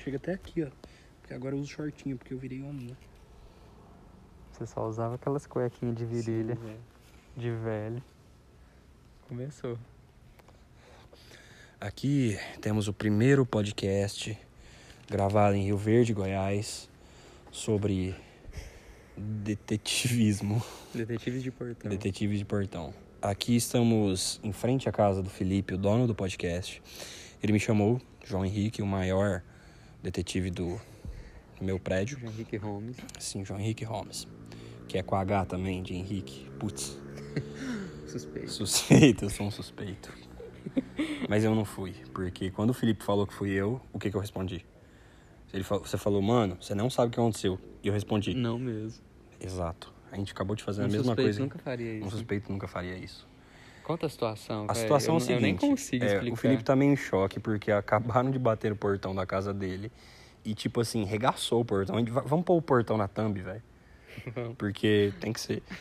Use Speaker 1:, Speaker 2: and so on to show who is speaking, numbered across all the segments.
Speaker 1: chega até aqui, ó. Porque agora eu uso shortinho, porque eu virei homem, né?
Speaker 2: Você só usava aquelas cuequinhas de virilha,
Speaker 1: Sim, velho.
Speaker 2: de velho. Começou.
Speaker 1: Aqui temos o primeiro podcast gravado em Rio Verde, Goiás, sobre detetivismo.
Speaker 2: Detetives de portão.
Speaker 1: Detetives de portão. Aqui estamos em frente à casa do Felipe, o dono do podcast. Ele me chamou, João Henrique, o maior detetive do meu prédio.
Speaker 2: João Henrique Holmes.
Speaker 1: Sim, João Henrique Holmes. Que é com H também, de Henrique. Putz.
Speaker 2: Suspeito.
Speaker 1: Suspeito, eu sou um suspeito. Mas eu não fui, porque quando o Felipe falou que fui eu, o que eu respondi? Você falou, mano, você não sabe o que aconteceu. E eu respondi.
Speaker 2: Não mesmo.
Speaker 1: Exato. A gente acabou de fazer a
Speaker 2: Um
Speaker 1: mesma
Speaker 2: suspeito
Speaker 1: coisa.
Speaker 2: nunca faria isso.
Speaker 1: Um suspeito nunca faria isso.
Speaker 2: Conta a situação,
Speaker 1: A
Speaker 2: véio.
Speaker 1: situação é o seguinte.
Speaker 2: Eu nem consigo explicar.
Speaker 1: O Felipe tá meio em choque, porque acabaram de bater no portão da casa dele. E, tipo assim, regaçou o portão. Vamos pôr o portão na thumb, velho. Porque tem que ser.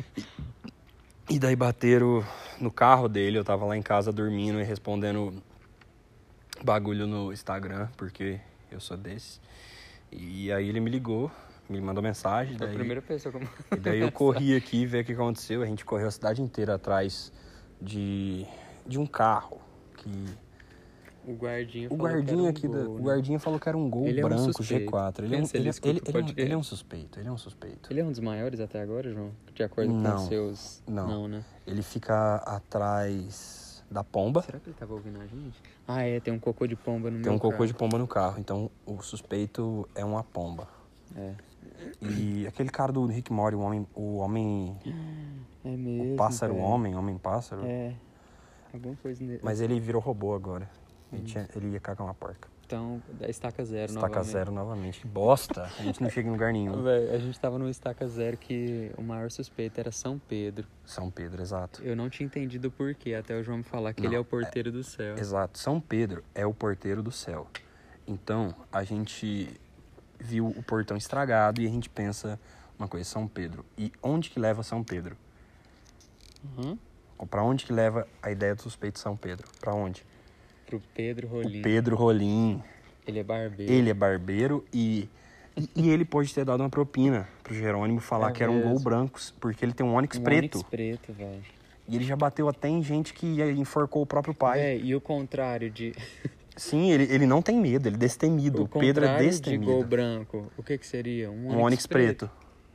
Speaker 1: E daí bateram no carro dele. Eu tava lá em casa dormindo e respondendo bagulho no Instagram, porque eu sou desse. E aí ele me ligou, me mandou mensagem.
Speaker 2: Foi a primeira pessoa que eu
Speaker 1: E daí eu corri aqui ver o que aconteceu. A gente correu a cidade inteira atrás de um carro que...
Speaker 2: O guardinha
Speaker 1: O
Speaker 2: falou
Speaker 1: guardinha
Speaker 2: que era um
Speaker 1: aqui
Speaker 2: gol,
Speaker 1: o
Speaker 2: né?
Speaker 1: guardinha falou que era um Gol
Speaker 2: Ele é um
Speaker 1: branco
Speaker 2: suspeito.
Speaker 1: G4.
Speaker 2: Pensa, ele escuta o podcast.
Speaker 1: Ele é um suspeito, ele é um suspeito.
Speaker 2: Ele é um dos maiores até agora, João? De acordo com
Speaker 1: Não,
Speaker 2: os seus...
Speaker 1: não.
Speaker 2: né?
Speaker 1: Ele fica atrás da pomba.
Speaker 2: Será que ele tava ouvindo a gente? Ah, é, tem um cocô de pomba no meu
Speaker 1: Tem um cocô
Speaker 2: carro.
Speaker 1: de pomba no carro, então o suspeito é uma pomba.
Speaker 2: É.
Speaker 1: E aquele cara do Rick Mori, o homem...
Speaker 2: É mesmo,
Speaker 1: O pássaro
Speaker 2: velho.
Speaker 1: homem-pássaro.
Speaker 2: É. Alguma coisa...
Speaker 1: Mas ele virou robô agora. Ele ia cagar uma porca.
Speaker 2: Então, da estaca zero
Speaker 1: Estaca
Speaker 2: novamente.
Speaker 1: zero novamente. Que bosta. A gente não chega em lugar nenhum.
Speaker 2: Véi, a gente tava no estaca zero que o maior suspeito era São Pedro.
Speaker 1: São Pedro, exato.
Speaker 2: Eu não tinha entendido o porquê, até o João me falar que
Speaker 1: Não,
Speaker 2: ele é o porteiro do céu.
Speaker 1: Exato. São Pedro é o porteiro do céu. Então, a gente viu o portão estragado e a gente pensa uma coisa, São Pedro. E onde que leva São Pedro?
Speaker 2: Uhum.
Speaker 1: Ou pra onde que leva a ideia do suspeito São Pedro? Pra onde?
Speaker 2: Pro Pedro Rolim.
Speaker 1: O Pedro Rolim.
Speaker 2: Ele é barbeiro.
Speaker 1: Ele é barbeiro e ele pode ter dado uma propina pro Jerônimo falar que era um Gol
Speaker 2: mesmo.
Speaker 1: branco, porque ele tem um Onix
Speaker 2: Um
Speaker 1: preto.
Speaker 2: Onix preto, velho.
Speaker 1: E ele já bateu até em gente que enforcou o próprio pai.
Speaker 2: É, e o contrário de...
Speaker 1: Sim, ele não tem medo, ele é destemido. O Pedro é
Speaker 2: contrário de
Speaker 1: destemido.
Speaker 2: Gol branco, o que seria?
Speaker 1: Um Onix preto.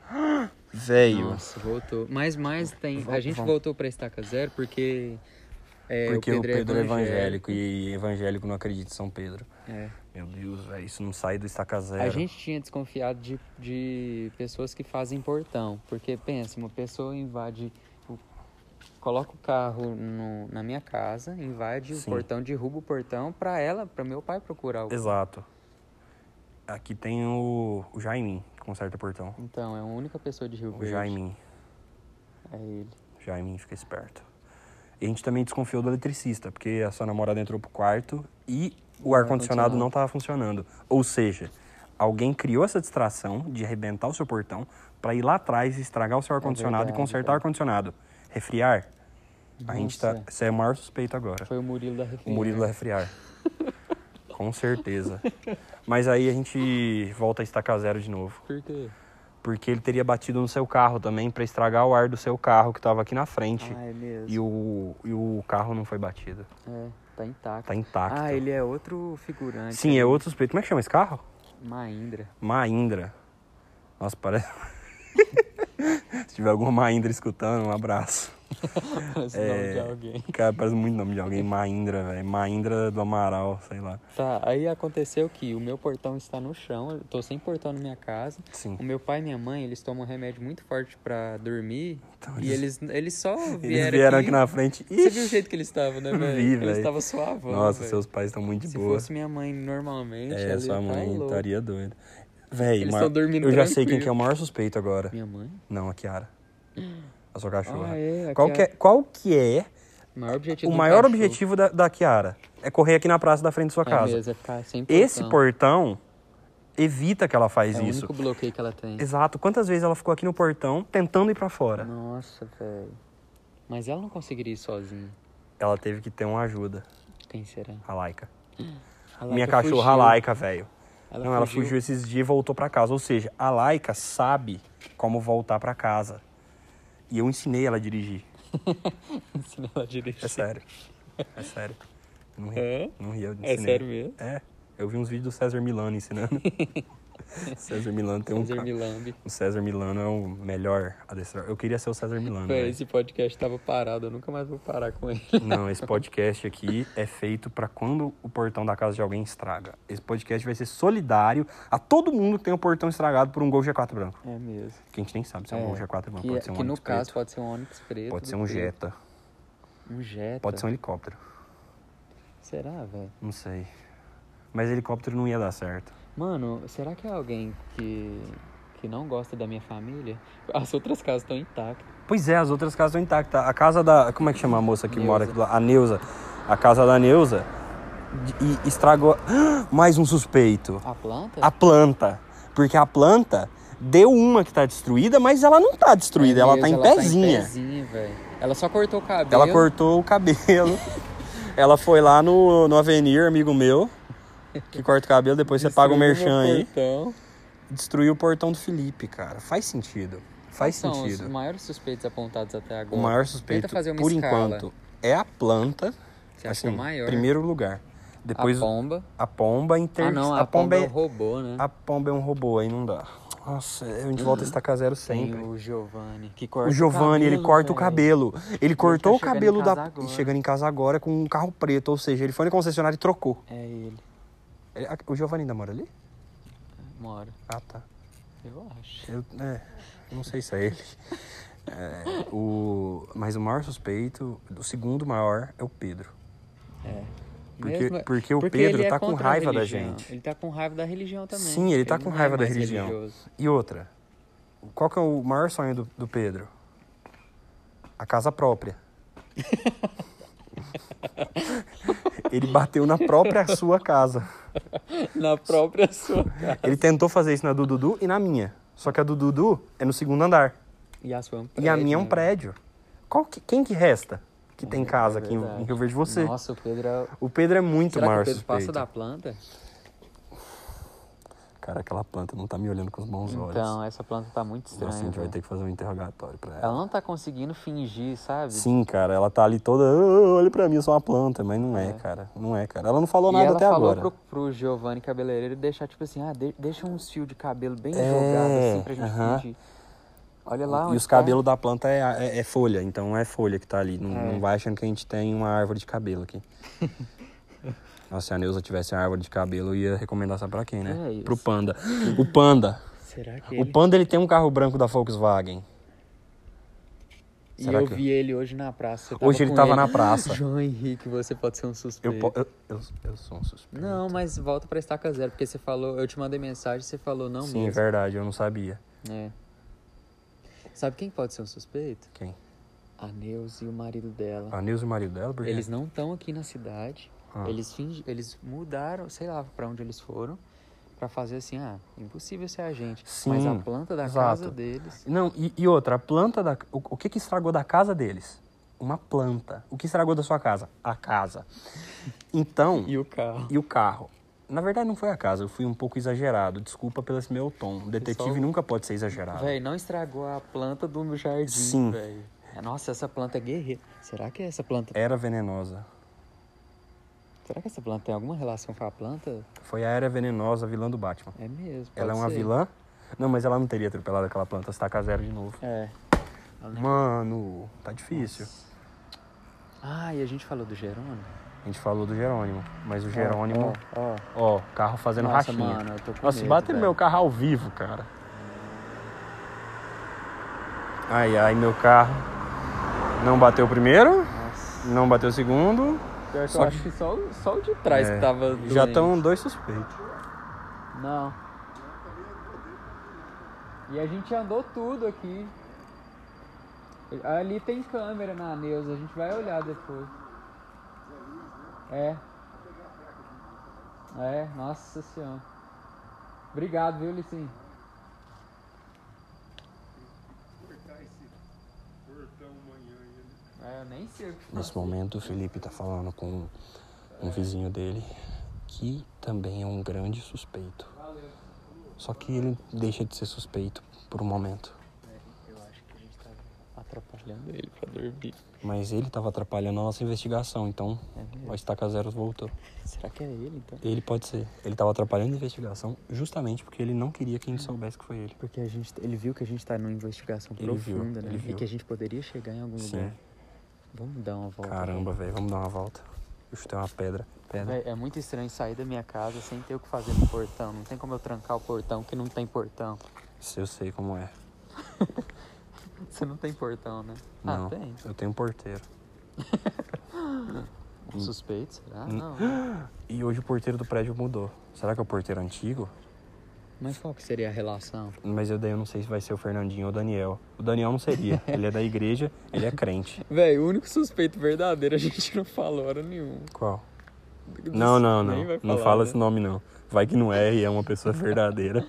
Speaker 1: Velho.
Speaker 2: Nossa, voltou. Mas tem... A gente
Speaker 1: Vamos.
Speaker 2: voltou pra estaca zero porque...
Speaker 1: Porque o Pedro é evangélico
Speaker 2: evangélico.
Speaker 1: e evangélico não acredita em São Pedro.
Speaker 2: É.
Speaker 1: Meu Deus, velho, isso não sai do estaca zero.
Speaker 2: A gente tinha desconfiado de pessoas que fazem portão. Porque, pensa, uma pessoa invade... Coloca o carro na minha casa, invade
Speaker 1: Sim.
Speaker 2: o portão, derruba o portão pra meu pai procurar o...
Speaker 1: Exato. Aqui tem o Jaimin, que conserta o portão.
Speaker 2: Então, é a única pessoa de Rio
Speaker 1: O
Speaker 2: Verde.
Speaker 1: Jaimin.
Speaker 2: É ele.
Speaker 1: Jaimin, fica esperto. E a gente também desconfiou do eletricista, porque a sua namorada entrou pro quarto e o ar-condicionado não estava funcionando. Ou seja, alguém criou essa distração de arrebentar o seu portão pra ir lá atrás e estragar o seu ar-condicionado e
Speaker 2: verdade,
Speaker 1: consertar o ar-condicionado. Refriar. A gente tá...
Speaker 2: Nossa.
Speaker 1: Você é o maior suspeito agora.
Speaker 2: Foi o Murilo da Refriar.
Speaker 1: O Murilo da Refriar. Com certeza. Mas aí a gente volta a estacar zero de novo.
Speaker 2: Por quê?
Speaker 1: Porque ele teria batido no seu carro também pra estragar o ar do seu carro que tava aqui na frente.
Speaker 2: Ah, é mesmo.
Speaker 1: E o carro não foi batido.
Speaker 2: É, tá intacto.
Speaker 1: Tá intacto.
Speaker 2: Ah, ele é outro figurante.
Speaker 1: Sim, é outro suspeito. Como é que chama esse carro?
Speaker 2: Mahindra.
Speaker 1: Mahindra. Nossa, parece... Se tiver alguma Mahindra escutando, um abraço.
Speaker 2: Parece o nome de alguém.
Speaker 1: Cara, parece muito nome de alguém. Mahindra, velho. Mahindra do Amaral, sei lá.
Speaker 2: Tá, aí aconteceu que o meu portão está no chão, eu tô sem portão na minha casa.
Speaker 1: Sim.
Speaker 2: O meu pai e minha mãe, eles tomam um remédio muito forte pra dormir.
Speaker 1: Então,
Speaker 2: e eles só vieram,
Speaker 1: Eles vieram aqui na frente.
Speaker 2: Você viu o jeito que eles estavam, né, velho?
Speaker 1: Vi,
Speaker 2: Eles
Speaker 1: velho.
Speaker 2: estavam suavão,
Speaker 1: Nossa,
Speaker 2: velho.
Speaker 1: seus pais estão muito de
Speaker 2: Se
Speaker 1: boa.
Speaker 2: fosse minha mãe normalmente,
Speaker 1: É,
Speaker 2: ela
Speaker 1: sua
Speaker 2: ia
Speaker 1: mãe
Speaker 2: louca.
Speaker 1: estaria doida. Véi,
Speaker 2: Eles tão dormindo
Speaker 1: eu já sei
Speaker 2: tranquilo.
Speaker 1: quem que é o maior suspeito agora.
Speaker 2: Minha mãe?
Speaker 1: Não, a Kiara. A sua cachorra.
Speaker 2: Ah, é, a
Speaker 1: Qual que é
Speaker 2: O maior objetivo
Speaker 1: o
Speaker 2: do
Speaker 1: maior
Speaker 2: cachorro.
Speaker 1: objetivo da Kiara? É correr aqui na praça da frente da sua casa.
Speaker 2: Mesmo, é ficar sem portão.
Speaker 1: Esse portão evita que ela faz
Speaker 2: é
Speaker 1: isso.
Speaker 2: o único bloqueio que ela tem.
Speaker 1: Exato. Quantas vezes ela ficou aqui no portão tentando ir pra fora?
Speaker 2: Nossa, velho. Mas ela não conseguiria ir sozinha.
Speaker 1: Ela teve que ter uma ajuda.
Speaker 2: Quem será?
Speaker 1: A Laika.
Speaker 2: A
Speaker 1: Minha
Speaker 2: Laika
Speaker 1: cachorra
Speaker 2: fugiu.
Speaker 1: Laika, velho. Ela fugiu esses dias e voltou pra casa. Ou seja, a Laika sabe como voltar pra casa. E eu ensinei ela a dirigir.
Speaker 2: Ensinei ela a dirigir.
Speaker 1: É sério. É sério. Não ri.
Speaker 2: É?
Speaker 1: Não ri, eu ensinei.
Speaker 2: É sério mesmo?
Speaker 1: É. Eu vi uns vídeos do César Milano ensinando. César Milano tem
Speaker 2: César Milambi.
Speaker 1: O César Milano é o melhor adestrador. Eu queria ser o César Milano.
Speaker 2: Véi, esse podcast tava parado, eu nunca mais vou parar com ele.
Speaker 1: Não, esse podcast aqui é feito pra quando o portão da casa de alguém estraga. Esse podcast vai ser solidário a todo mundo que tem o portão estragado por um Gol G4 branco.
Speaker 2: É mesmo.
Speaker 1: Que a gente nem sabe se é um Gol G4 branco, pode ser um
Speaker 2: Que no
Speaker 1: Onix
Speaker 2: caso
Speaker 1: preto.
Speaker 2: pode ser um Onix preto.
Speaker 1: Pode ser um Jetta.
Speaker 2: Um Jetta?
Speaker 1: Pode ser um helicóptero.
Speaker 2: Será, velho?
Speaker 1: Não sei. Mas helicóptero não ia dar certo.
Speaker 2: Mano, será que é alguém que não gosta da minha família? As outras casas estão intactas.
Speaker 1: Pois é, as outras casas estão intactas. A casa da... Como é que chama a moça que
Speaker 2: Neuza.
Speaker 1: mora aqui lá? A Neuza. A casa da Neuza e estragou... Mais um suspeito.
Speaker 2: A planta?
Speaker 1: A planta. Porque a planta deu uma que tá destruída, mas ela não tá destruída. Ela tá em pezinha.
Speaker 2: Tá em pezinha, velho. Ela só cortou o cabelo.
Speaker 1: Ela cortou o cabelo. Ela foi lá no Avenir, amigo meu, que corta o cabelo, depois você paga o merchan aí. Destruiu o portão do Felipe, cara. Faz sentido. Faz sentido.
Speaker 2: São os maiores suspeitos apontados até agora.
Speaker 1: O maior suspeito,
Speaker 2: Tenta fazer uma
Speaker 1: por
Speaker 2: escala.
Speaker 1: enquanto, é a planta.
Speaker 2: Você acha que é o maior?
Speaker 1: Primeiro lugar. Depois
Speaker 2: a pomba.
Speaker 1: A pomba em terceiro.
Speaker 2: Ah, não, a pomba é um robô, né?
Speaker 1: A pomba é um robô, aí não dá. Nossa, a gente volta a estacar zero sempre.
Speaker 2: Tem o Giovanni, que corta
Speaker 1: o Giovanni, ele corta o cabelo. Ele cortou o cabelo
Speaker 2: chegando
Speaker 1: em casa agora com um carro preto, ou seja, ele foi no concessionário e trocou.
Speaker 2: É ele.
Speaker 1: O Giovanni ainda mora ali?
Speaker 2: Mora.
Speaker 1: Ah, tá.
Speaker 2: Eu acho.
Speaker 1: Eu não sei se é ele. Mas o maior suspeito, o segundo maior, é o Pedro.
Speaker 2: É.
Speaker 1: Porque o Pedro tá com raiva da
Speaker 2: religião.
Speaker 1: gente.
Speaker 2: Ele tá com raiva da religião também.
Speaker 1: Sim, ele tá com raiva da religião.
Speaker 2: Religioso.
Speaker 1: E outra, qual que é o maior sonho do Pedro? A casa própria. Ele bateu na própria sua casa.
Speaker 2: Na própria sua casa.
Speaker 1: Ele tentou fazer isso na do Dudu e na minha. Só que a do Dudu é no segundo andar.
Speaker 2: E a sua é um prédio.
Speaker 1: E a minha é um prédio. Quem que resta que tem casa aqui
Speaker 2: verdade.
Speaker 1: em Rio Verde? Você.
Speaker 2: Nossa, o Pedro é...
Speaker 1: O Pedro é muito
Speaker 2: Será
Speaker 1: maior
Speaker 2: que o Pedro
Speaker 1: suspeito.
Speaker 2: passa da planta?
Speaker 1: Cara, aquela planta não tá me olhando com os bons olhos.
Speaker 2: Então, essa planta tá muito estranha.
Speaker 1: Nossa, a gente vai
Speaker 2: velho.
Speaker 1: ter que fazer um interrogatório pra ela.
Speaker 2: Ela não tá conseguindo fingir, sabe?
Speaker 1: Sim, cara, ela tá ali toda... olha pra mim, eu sou uma planta. Mas não é, cara. Não é, cara. Ela não falou nada até agora.
Speaker 2: E ela falou pro Giovanni cabeleireiro deixar, tipo assim, deixa uns fios de cabelo bem jogados, assim, pra gente fingir. Olha lá onde
Speaker 1: E os cabelos da planta é folha, então é folha que tá ali. Não vai achando que a gente tem uma árvore de cabelo aqui. Nossa, se a Neuza tivesse uma árvore de cabelo, eu ia recomendar, sabe pra quem, né?
Speaker 2: É isso.
Speaker 1: Pro Panda. O Panda.
Speaker 2: Será que
Speaker 1: O Panda, ele tem um carro branco da Volkswagen.
Speaker 2: E eu vi ele hoje na praça.
Speaker 1: Hoje ele tava na praça.
Speaker 2: João Henrique, você pode ser um suspeito.
Speaker 1: Eu sou um suspeito.
Speaker 2: Não, mas volta pra estaca zero, porque você falou... Eu te mandei mensagem e você falou não
Speaker 1: Sim,
Speaker 2: mesmo.
Speaker 1: verdade, eu não sabia.
Speaker 2: É. Sabe quem pode ser um suspeito?
Speaker 1: Quem?
Speaker 2: A Neuza e o marido dela.
Speaker 1: A Neuza e o marido dela? Por quê?
Speaker 2: Eles não estão aqui na cidade. Eles mudaram, sei lá pra onde eles foram, pra fazer assim, impossível ser a gente.
Speaker 1: Sim,
Speaker 2: mas a planta da
Speaker 1: exato.
Speaker 2: casa deles...
Speaker 1: Não, e outra, a planta da... O que estragou da casa deles? Uma planta. O que estragou da sua casa? A casa. Então...
Speaker 2: E o carro.
Speaker 1: E o carro. Na verdade, não foi a casa, eu fui um pouco exagerado. Desculpa pelo esse meu tom. O detetive nunca pode ser exagerado.
Speaker 2: Véi, não estragou a planta do meu jardim,
Speaker 1: Sim.
Speaker 2: velho. Nossa, essa planta é guerreira. Será que essa planta...
Speaker 1: Era venenosa.
Speaker 2: Será que essa planta tem alguma relação com a planta?
Speaker 1: Foi a Era Venenosa, a vilã do Batman.
Speaker 2: É mesmo,
Speaker 1: Ela é uma
Speaker 2: ser.
Speaker 1: vilã? Não, mas ela não teria atropelado aquela planta, estaca zero de novo.
Speaker 2: É.
Speaker 1: Mano, tá difícil.
Speaker 2: Nossa. E a gente falou do Jerônimo?
Speaker 1: A gente falou do Jerônimo, mas o Jerônimo...
Speaker 2: Ó.
Speaker 1: Ó, carro fazendo
Speaker 2: Nossa,
Speaker 1: rachinha.
Speaker 2: mano, eu tô com
Speaker 1: Nossa,
Speaker 2: medo,
Speaker 1: bater no
Speaker 2: velho.
Speaker 1: meu carro ao vivo, cara. Ai, meu carro. Não bateu o primeiro,
Speaker 2: Nossa.
Speaker 1: não bateu o segundo.
Speaker 2: Pior que
Speaker 1: Só
Speaker 2: eu acho que só o de trás que tava doente.
Speaker 1: Já estão 2 suspeitos.
Speaker 2: Não. E a gente andou tudo aqui. Ali tem câmera na Neuza, a gente vai olhar depois. Nossa senhora. Obrigado, viu, Licim? Eu nem sei o que
Speaker 1: Nesse momento, o Felipe tá falando com um vizinho dele, que também é um grande suspeito. Só que ele deixa de ser suspeito por um momento.
Speaker 2: Eu acho que a gente tava atrapalhando ele pra dormir.
Speaker 1: Mas ele tava atrapalhando a nossa investigação, então o Estaca Zero voltou.
Speaker 2: Será que é ele, então?
Speaker 1: Ele pode ser. Ele tava atrapalhando a investigação justamente porque ele não queria que a gente soubesse que foi ele.
Speaker 2: Porque ele viu que a gente tá numa investigação profunda, né?
Speaker 1: Ele viu.
Speaker 2: E que a gente poderia chegar em algum lugar. Vamos dar uma volta.
Speaker 1: Caramba, velho, vamos dar uma volta. Eu chutei uma pedra.
Speaker 2: Véi, é muito estranho sair da minha casa sem ter o que fazer no portão. Não tem como eu trancar o portão que não tem portão.
Speaker 1: Eu sei como é.
Speaker 2: Você não tem portão, né?
Speaker 1: Não,
Speaker 2: tem.
Speaker 1: eu tenho um porteiro.
Speaker 2: Suspeito, será? Não.
Speaker 1: E hoje o porteiro do prédio mudou. Será que é o porteiro antigo?
Speaker 2: Mas qual que seria a relação?
Speaker 1: Mas eu não sei se vai ser o Fernandinho ou o Daniel. O Daniel não seria. Ele é da igreja, ele é crente.
Speaker 2: Véi, o único suspeito verdadeiro a gente não falou hora nenhuma.
Speaker 1: Qual? Não. Não fala
Speaker 2: né?
Speaker 1: esse nome, não. Vai que não é e é uma pessoa verdadeira.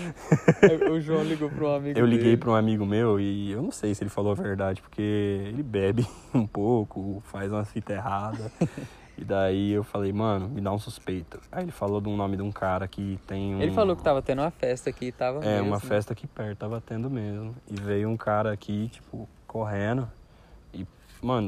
Speaker 2: O João ligou para um amigo
Speaker 1: Eu liguei
Speaker 2: dele.
Speaker 1: para um amigo meu e eu não sei se ele falou a verdade, porque ele bebe um pouco, faz uma fita errada. E daí eu falei, mano, me dá um suspeito. Aí ele falou do nome de um cara que tem um...
Speaker 2: Ele falou que tava tendo uma festa aqui, tava mesmo.
Speaker 1: uma festa aqui perto, tava tendo mesmo. E veio um cara aqui, tipo, correndo. E, mano,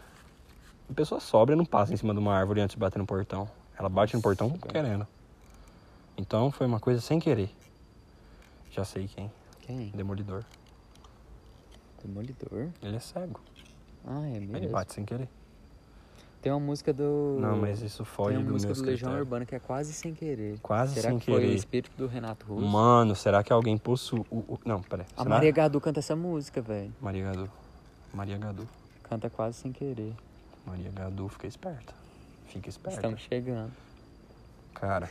Speaker 1: a pessoa sóbria não passa em cima de uma árvore antes de bater no portão. Ela bate no portão querendo. Então foi uma coisa sem querer. Já sei quem.
Speaker 2: Quem?
Speaker 1: Demolidor.
Speaker 2: Demolidor?
Speaker 1: Ele é cego.
Speaker 2: Ah, é mesmo?
Speaker 1: Ele bate sem querer.
Speaker 2: Tem uma música do...
Speaker 1: Não, mas isso foge
Speaker 2: Tem
Speaker 1: do
Speaker 2: uma música
Speaker 1: meu
Speaker 2: do Legião
Speaker 1: critério.
Speaker 2: Urbana que é quase sem querer.
Speaker 1: Quase
Speaker 2: Será
Speaker 1: sem
Speaker 2: que foi
Speaker 1: querer.
Speaker 2: o espírito do Renato Russo?
Speaker 1: Mano, será que alguém possui... Não, peraí.
Speaker 2: A
Speaker 1: Será?
Speaker 2: Maria Gadu canta essa música, velho.
Speaker 1: Maria Gadu.
Speaker 2: Canta quase sem querer.
Speaker 1: Maria Gadu, fica esperta. Fica esperta.
Speaker 2: Estamos chegando.
Speaker 1: Cara,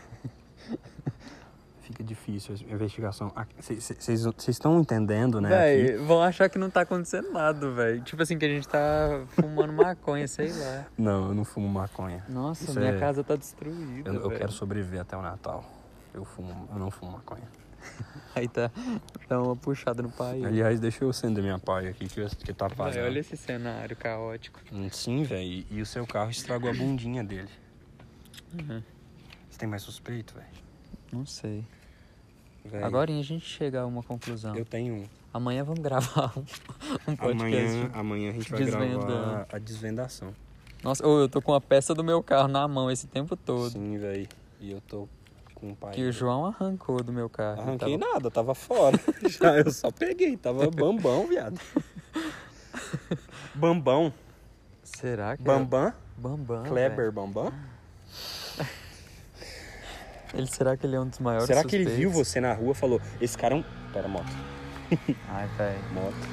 Speaker 1: fica difícil a investigação. Vocês estão entendendo, né?
Speaker 2: Véi,
Speaker 1: aqui?
Speaker 2: vão achar que não tá acontecendo nada, velho. Tipo assim, que a gente tá fumando maconha, sei lá.
Speaker 1: Não, eu não fumo maconha.
Speaker 2: Nossa,
Speaker 1: Isso
Speaker 2: minha casa tá destruída,
Speaker 1: Eu
Speaker 2: velho.
Speaker 1: quero sobreviver até o Natal. Eu não fumo maconha.
Speaker 2: Aí tá, dá uma puxada no pai.
Speaker 1: Aliás, deixa eu acender minha paia aqui, que tá
Speaker 2: Véi,
Speaker 1: apagado.
Speaker 2: olha esse cenário caótico.
Speaker 1: Sim, velho. E o seu carro estragou a bundinha dele.
Speaker 2: Uhum.
Speaker 1: Você tem mais suspeito, velho?
Speaker 2: Não sei.
Speaker 1: Véi,
Speaker 2: Agora a gente chega a uma conclusão.
Speaker 1: eu tenho um.
Speaker 2: Amanhã vamos gravar um podcast.
Speaker 1: Amanhã a gente vai
Speaker 2: desvendando.
Speaker 1: gravar a desvendação.
Speaker 2: Nossa, eu tô com a peça do meu carro na mão esse tempo todo.
Speaker 1: Sim, velho. E eu tô com o pai.
Speaker 2: Que o João arrancou do meu carro.
Speaker 1: Arranquei
Speaker 2: Tava-
Speaker 1: nada, tava fora. Já, eu só peguei, tava bambão, viado. Bambão.
Speaker 2: Será que
Speaker 1: Bambam.
Speaker 2: é? Bambam,
Speaker 1: Kleber Bambam.
Speaker 2: Será que ele é um dos maiores
Speaker 1: Será que ele
Speaker 2: suspeitos?
Speaker 1: viu você na rua e falou, esse cara é um... Pera, moto.
Speaker 2: Ai, velho.
Speaker 1: Moto.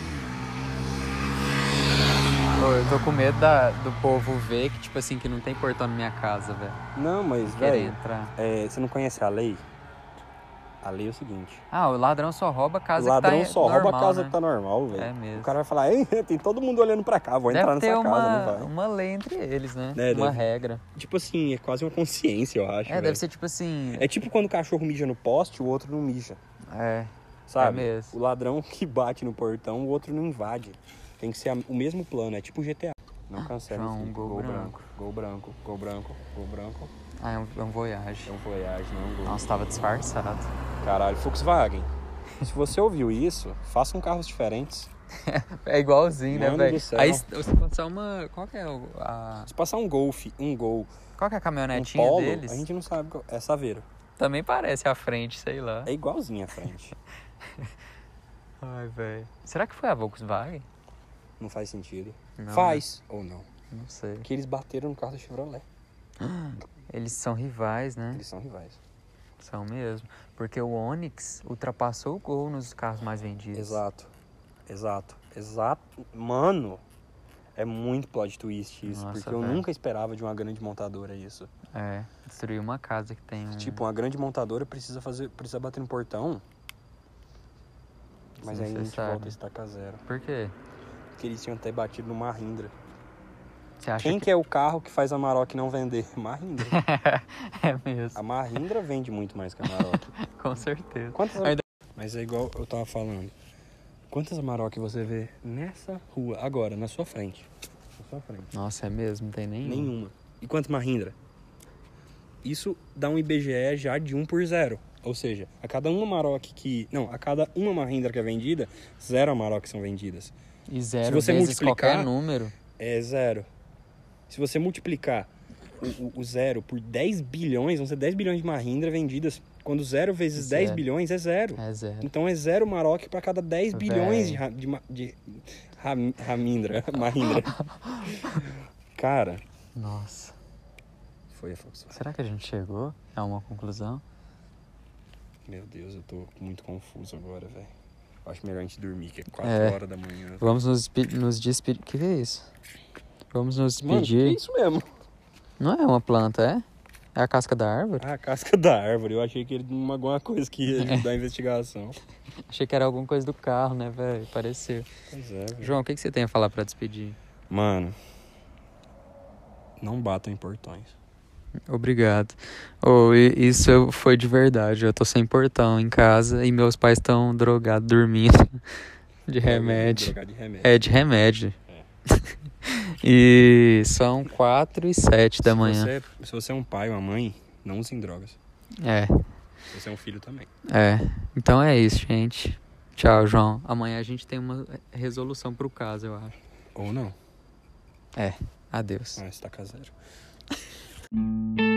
Speaker 2: Eu tô com medo do povo ver que, tipo assim, que não tem portão na minha casa, velho.
Speaker 1: Não, mas,
Speaker 2: Querer
Speaker 1: velho,
Speaker 2: entrar.
Speaker 1: você não conhece a lei? A lei é o seguinte.
Speaker 2: Ah, o ladrão só rouba a casa
Speaker 1: O ladrão
Speaker 2: que tá
Speaker 1: só rouba
Speaker 2: normal,
Speaker 1: a casa
Speaker 2: né?
Speaker 1: que tá normal, velho.
Speaker 2: É mesmo.
Speaker 1: O cara vai falar, ei, tem todo mundo olhando pra cá, vou entrar
Speaker 2: Deve ter
Speaker 1: nessa casa, não vai.
Speaker 2: uma lei entre eles, né?
Speaker 1: É,
Speaker 2: uma
Speaker 1: deve.
Speaker 2: regra.
Speaker 1: Tipo assim, é quase uma consciência, eu acho.
Speaker 2: Deve
Speaker 1: velho.
Speaker 2: ser tipo assim...
Speaker 1: É tipo quando o cachorro mija no poste, o outro não mija.
Speaker 2: É,
Speaker 1: Sabe?
Speaker 2: É mesmo.
Speaker 1: O ladrão que bate no portão, o outro não invade. Tem que ser o mesmo plano, é tipo GTA. Não cancela
Speaker 2: João,
Speaker 1: esse vídeo.
Speaker 2: gol branco.
Speaker 1: Gol branco, gol branco, gol branco.
Speaker 2: Ah, é um Voyage.
Speaker 1: É um Voyage, não um gol.
Speaker 2: Nossa, tava disfarçado.
Speaker 1: Caralho, Volkswagen. Se você ouviu isso, façam carros diferentes.
Speaker 2: É igualzinho,
Speaker 1: Mano
Speaker 2: né, velho?
Speaker 1: do céu.
Speaker 2: Aí você passar uma... Qual que é a...
Speaker 1: Se passar um Golf, um Gol,
Speaker 2: Qual que é a
Speaker 1: um
Speaker 2: caminhonetinha
Speaker 1: Polo,
Speaker 2: deles?
Speaker 1: a gente não sabe qual é. Saveiro.
Speaker 2: Também parece a frente, sei lá.
Speaker 1: É igualzinho a frente.
Speaker 2: Ai, velho. Será que foi a Volkswagen?
Speaker 1: Não faz sentido.
Speaker 2: Não,
Speaker 1: Faz ou não.
Speaker 2: Não sei.
Speaker 1: Porque eles bateram no carro da Chevrolet.
Speaker 2: Eles são rivais, né?
Speaker 1: Eles são rivais.
Speaker 2: São mesmo. Porque o Onix ultrapassou o Gol nos carros mais vendidos.
Speaker 1: Exato. Mano, é muito plot twist isso.
Speaker 2: Nossa,
Speaker 1: porque eu
Speaker 2: velho.
Speaker 1: nunca esperava de uma grande montadora isso.
Speaker 2: É, destruiu uma casa que tem um...
Speaker 1: Tipo, uma grande montadora precisa bater no portão. Mas aí a gente
Speaker 2: Desnecessário.
Speaker 1: volta a estaca zero.
Speaker 2: Por quê?
Speaker 1: Porque eles tinham até batido no Mahindra.
Speaker 2: Você acha
Speaker 1: Quem que é o carro que faz a Amarok não vender? Mahindra.
Speaker 2: É mesmo,
Speaker 1: A Mahindra vende muito mais que a Amarok.
Speaker 2: com certeza.
Speaker 1: Quantas...
Speaker 2: Ainda-
Speaker 1: Mas é igual eu tava falando. Quantas Amarok você vê nessa rua, agora, na sua frente? Na sua frente.
Speaker 2: Nossa, é mesmo? Não tem nenhum?
Speaker 1: Nenhuma. E quantas Mahindra? Isso dá um IBGE já de 1 por 0. Ou seja, a cada uma Amarok a cada uma Mahindra que é vendida, 0 Amarok são vendidas.
Speaker 2: E 0
Speaker 1: Se você
Speaker 2: vezes
Speaker 1: multiplicar,
Speaker 2: qualquer número.
Speaker 1: É 0. Se você multiplicar o 0 por 10 bilhões, vão ser 10 bilhões de Mahindra vendidas. Quando 0 vezes 10 bilhões é 0.
Speaker 2: É 0.
Speaker 1: Então é 0 Amarok para cada 10 bilhões de Mahindra. Cara.
Speaker 2: Nossa.
Speaker 1: Foi a Volkswagen.
Speaker 2: Será que a gente chegou a uma conclusão?
Speaker 1: Meu Deus, eu tô muito confuso agora, velho. Acho melhor a gente dormir, que é 4 horas da manhã.
Speaker 2: Vamos nos despedir. O que é isso? Vamos nos
Speaker 1: Mano,
Speaker 2: despedir.
Speaker 1: que é isso mesmo?
Speaker 2: Não é uma planta, é? É a casca da árvore?
Speaker 1: Ah, a casca da árvore. Eu achei que ele tinha alguma coisa que ia ajudar a investigação.
Speaker 2: Achei que era alguma coisa do carro, né, velho? Pareceu.
Speaker 1: Pois é, velho.
Speaker 2: João, o que você tem a falar pra despedir?
Speaker 1: Mano, não batam em portões.
Speaker 2: Obrigado. Isso foi de verdade. Eu tô sem portão em casa e meus pais estão drogados, dormindo de remédio.
Speaker 1: Drogar de remédio.
Speaker 2: É, de remédio. E são 4h07 da manhã.
Speaker 1: Se você é um pai ou uma mãe, não usem drogas.
Speaker 2: É.
Speaker 1: Se você é um filho também.
Speaker 2: Então é isso, gente. Tchau, João. Amanhã a gente tem uma resolução pro caso, eu acho.
Speaker 1: Ou não.
Speaker 2: Adeus.
Speaker 1: Ah, estaca 0.